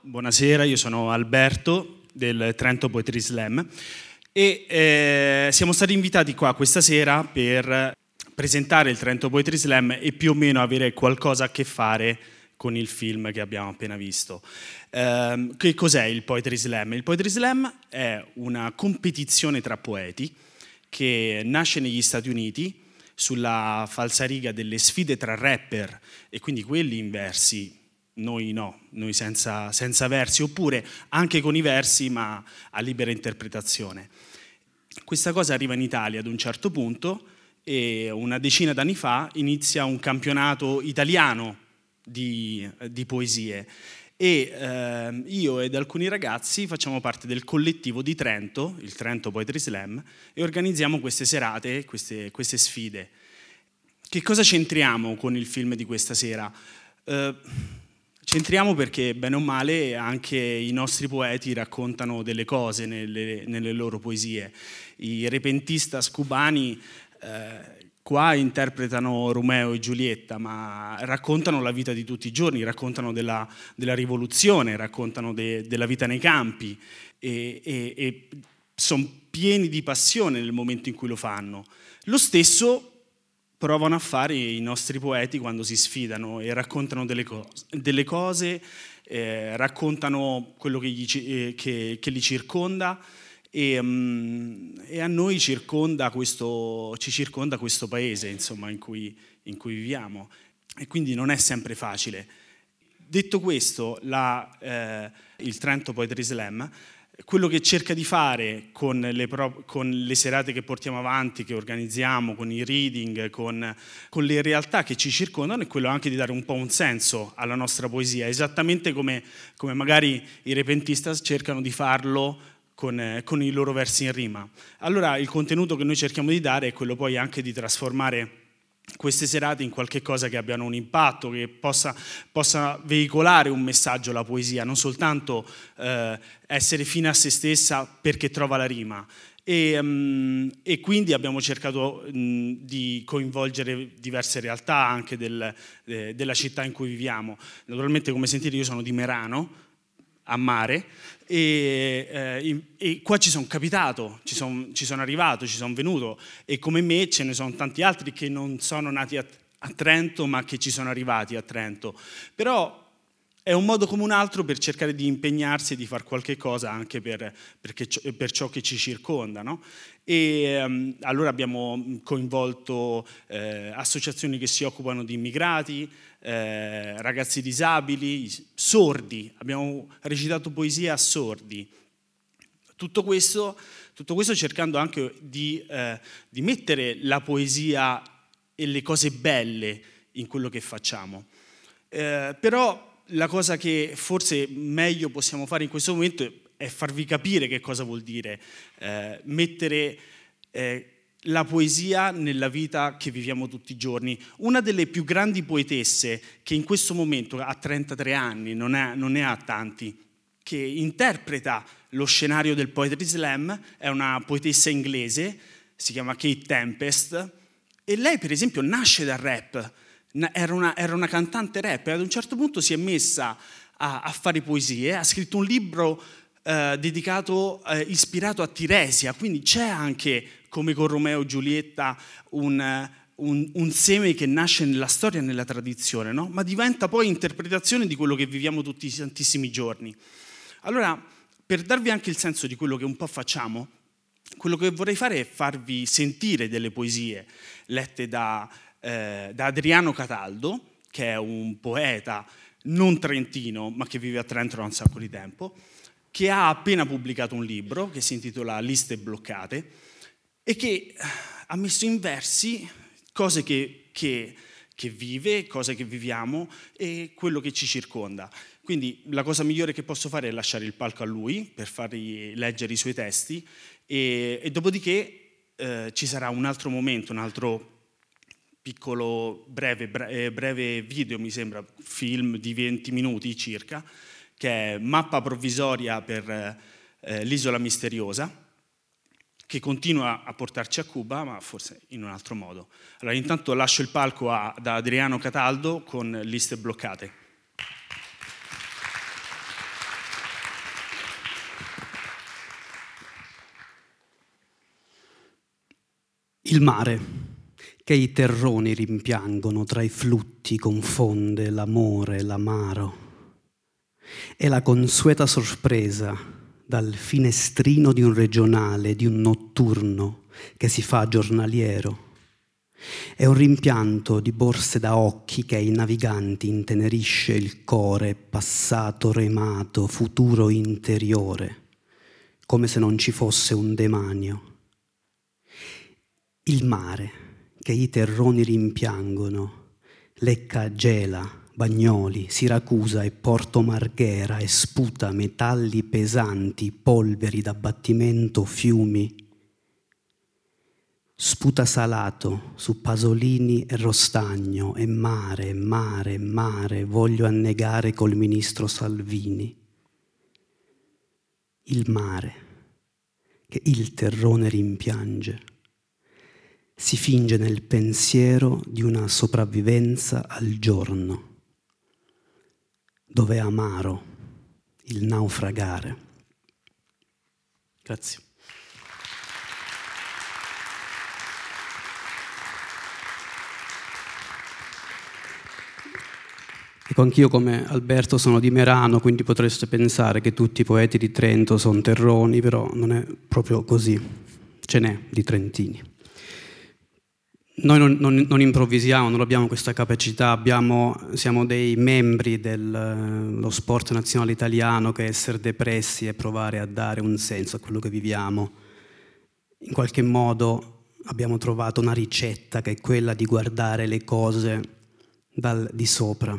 Buonasera, io sono Alberto del Trento Poetry Slam e siamo stati invitati qua questa sera per presentare il Trento Poetry Slam e più o meno avere qualcosa a che fare con il film che abbiamo appena visto. Che cos'è il Poetry Slam? Il Poetry Slam è una competizione tra poeti che nasce negli Stati Uniti sulla falsariga delle sfide tra rapper e quindi quelli in versi. Noi no, noi senza versi, oppure anche con i versi ma a libera interpretazione. Questa cosa arriva in Italia ad un certo punto e una decina d'anni fa inizia un campionato italiano di poesie e io ed alcuni ragazzi facciamo parte del collettivo di Trento, il Trento Poetry Slam, e organizziamo queste serate, queste sfide. Che cosa c'entriamo con il film di questa sera? C'entriamo perché, bene o male, anche i nostri poeti raccontano delle cose nelle loro poesie. I repentistas cubani qua interpretano Romeo e Giulietta, ma raccontano la vita di tutti i giorni, raccontano della rivoluzione, raccontano della vita nei campi e sono pieni di passione nel momento in cui lo fanno. Lo stesso provano a fare i nostri poeti quando si sfidano e raccontano delle cose, raccontano quello che li circonda e a noi ci circonda questo paese, insomma, in cui viviamo, e quindi non è sempre facile. Detto questo, il Trento Poetry Slam quello che cerca di fare con le serate che portiamo avanti, che organizziamo, con i reading, con le realtà che ci circondano, è quello anche di dare un po' un senso alla nostra poesia, esattamente come magari i repentistas cercano di farlo con i loro versi in rima. Allora il contenuto che noi cerchiamo di dare è quello poi anche di trasformare queste serate in qualche cosa che abbiano un impatto, che possa veicolare un messaggio, la poesia, non soltanto essere fine a se stessa perché trova la rima. E quindi abbiamo cercato di coinvolgere diverse realtà anche della città in cui viviamo. Naturalmente, come sentite, io sono di Merano, a mare, e qua ci sono capitato, ci sono arrivato, ci sono venuto, e come me ce ne sono tanti altri che non sono nati a Trento ma che ci sono arrivati a Trento. Però è un modo come un altro per cercare di impegnarsi e di fare qualche cosa anche per ciò che ci circonda, no? E allora abbiamo coinvolto associazioni che si occupano di immigrati, ragazzi disabili, sordi, abbiamo recitato poesia a sordi. Tutto questo cercando anche di mettere la poesia e le cose belle in quello che facciamo. Però la cosa che forse meglio possiamo fare in questo momento è farvi capire che cosa vuol dire mettere la poesia nella vita che viviamo tutti i giorni. Una delle più grandi poetesse che in questo momento ha 33 anni, non ne ha tanti, che interpreta lo scenario del Poetry Slam, è una poetessa inglese, si chiama Kate Tempest, e lei per esempio nasce dal rap, era una cantante rap e ad un certo punto si è messa a fare poesie, ha scritto un libro dedicato, ispirato a Tiresia, quindi c'è anche, come con Romeo e Giulietta, un seme che nasce nella storia e nella tradizione, no? Ma diventa poi interpretazione di quello che viviamo tutti i santissimi giorni. Allora, per darvi anche il senso di quello che un po' facciamo, quello che vorrei fare è farvi sentire delle poesie lette da Adriano Cataldo, che è un poeta non trentino, ma che vive a Trento da un sacco di tempo, che ha appena pubblicato un libro che si intitola Liste bloccate e che ha messo in versi cose che vive, cose che viviamo e quello che ci circonda. Quindi la cosa migliore che posso fare è lasciare il palco a lui per fargli leggere i suoi testi e dopodiché ci sarà un altro momento, un altro piccolo breve video, mi sembra, film di 20 minuti circa, che è Mappa provvisoria per l'isola misteriosa, che continua a portarci a Cuba, ma forse in un altro modo. Allora, intanto lascio il palco ad Adriano Cataldo con Liste bloccate. Il mare, che i terroni rimpiangono, tra i flutti confonde l'amore e l'amaro. È la consueta sorpresa dal finestrino di un regionale, di un notturno che si fa giornaliero. È un rimpianto di borse da occhi che ai naviganti intenerisce il core, passato remato, futuro interiore, come se non ci fosse un demanio. Il mare, che i terroni rimpiangono, Lecca, Gela, Bagnoli, Siracusa e Porto Marghera e sputa metalli pesanti, polveri d'abbattimento, fiumi. Sputa salato su Pasolini e Rostagno e mare, mare, mare, voglio annegare col ministro Salvini. Il mare, che il terrone rimpiange, si finge nel pensiero di una sopravvivenza al giorno, dove è amaro il naufragare. Grazie. Ecco, anch'io come Alberto sono di Merano, quindi potreste pensare che tutti i poeti di Trento sono terroni, però non è proprio così, ce n'è di trentini. Noi non improvvisiamo, non abbiamo questa capacità, siamo dei membri dello sport nazionale italiano, che è essere depressi e provare a dare un senso a quello che viviamo. In qualche modo abbiamo trovato una ricetta che è quella di guardare le cose dal di sopra.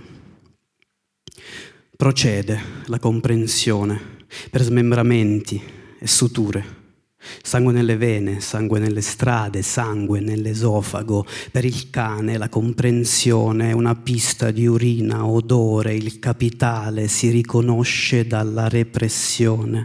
Procede la comprensione per smembramenti e suture. Sangue nelle vene, sangue nelle strade, sangue nell'esofago. Per il cane la comprensione è una pista di urina, odore, il capitale si riconosce dalla repressione.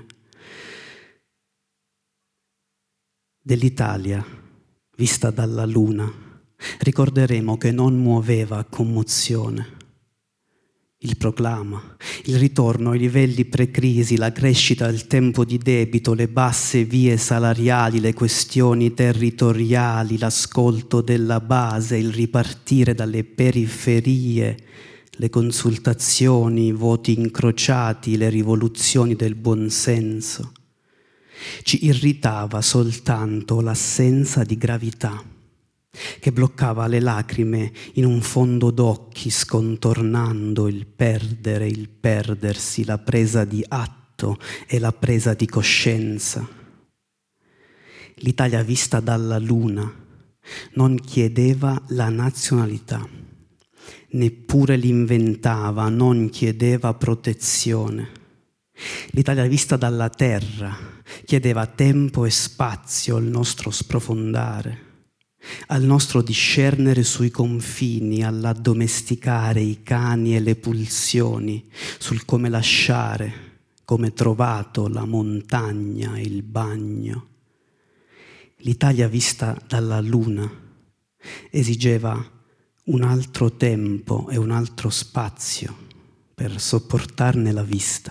Dell'Italia, vista dalla luna, ricorderemo che non muoveva commozione. Il proclama, il ritorno ai livelli pre-crisi, la crescita del tempo di debito, le basse vie salariali, le questioni territoriali, l'ascolto della base, il ripartire dalle periferie, le consultazioni, i voti incrociati, le rivoluzioni del buonsenso. Ci irritava soltanto l'assenza di gravità, che bloccava le lacrime in un fondo d'occhi, scontornando il perdere, il perdersi, la presa di atto e la presa di coscienza. L'Italia vista dalla luna non chiedeva la nazionalità, neppure l'inventava, non chiedeva protezione. L'Italia vista dalla terra chiedeva tempo e spazio al nostro sprofondare, al nostro discernere sui confini, all'addomesticare i cani e le pulsioni, sul come lasciare, come trovato la montagna e il bagno. L'Italia vista dalla luna esigeva un altro tempo e un altro spazio per sopportarne la vista.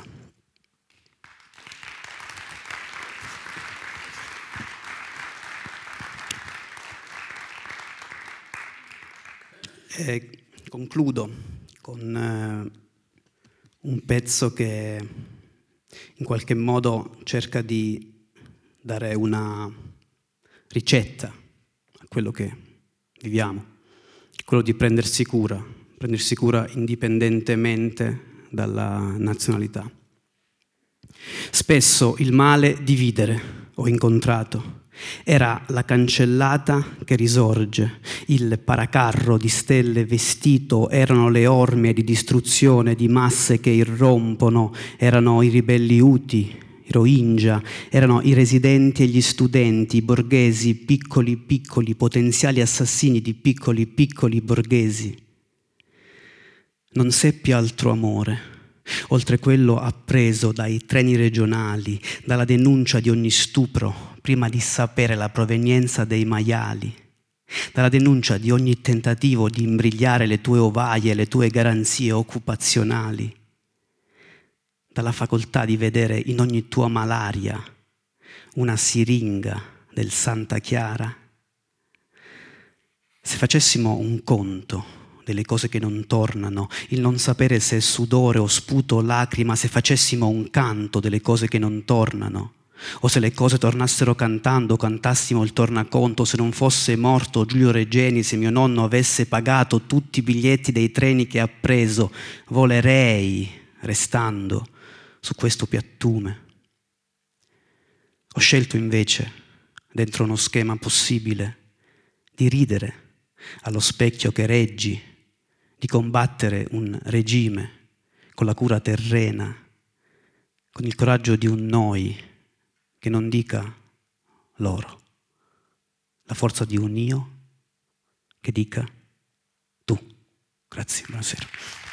E concludo con un pezzo che in qualche modo cerca di dare una ricetta a quello che viviamo, quello di prendersi cura indipendentemente dalla nazionalità. Spesso il male dividere ho incontrato. Era la cancellata che risorge, il paracarro di stelle vestito, erano le orme di distruzione di masse che irrompono, erano i ribelli Huti, i Rohingya, erano i residenti e gli studenti, i borghesi, piccoli potenziali assassini di piccoli borghesi. Non seppi altro amore, oltre quello appreso dai treni regionali, dalla denuncia di ogni stupro, prima di sapere la provenienza dei maiali, dalla denuncia di ogni tentativo di imbrigliare le tue ovaie, le tue garanzie occupazionali, dalla facoltà di vedere in ogni tua malaria una siringa del Santa Chiara, Se facessimo un conto delle cose che non tornano, il non sapere se è sudore o sputo o lacrima, se facessimo un canto delle cose che non tornano, o se le cose tornassero cantando, cantassimo il tornaconto, se non fosse morto Giulio Regeni, se mio nonno avesse pagato tutti i biglietti dei treni che ha preso, volerei restando su questo piattume. Ho scelto invece, dentro uno schema possibile, di ridere allo specchio che reggi, di combattere un regime con la cura terrena, con il coraggio di un noi che non dica loro, la forza di un io che dica tu. Grazie, buonasera.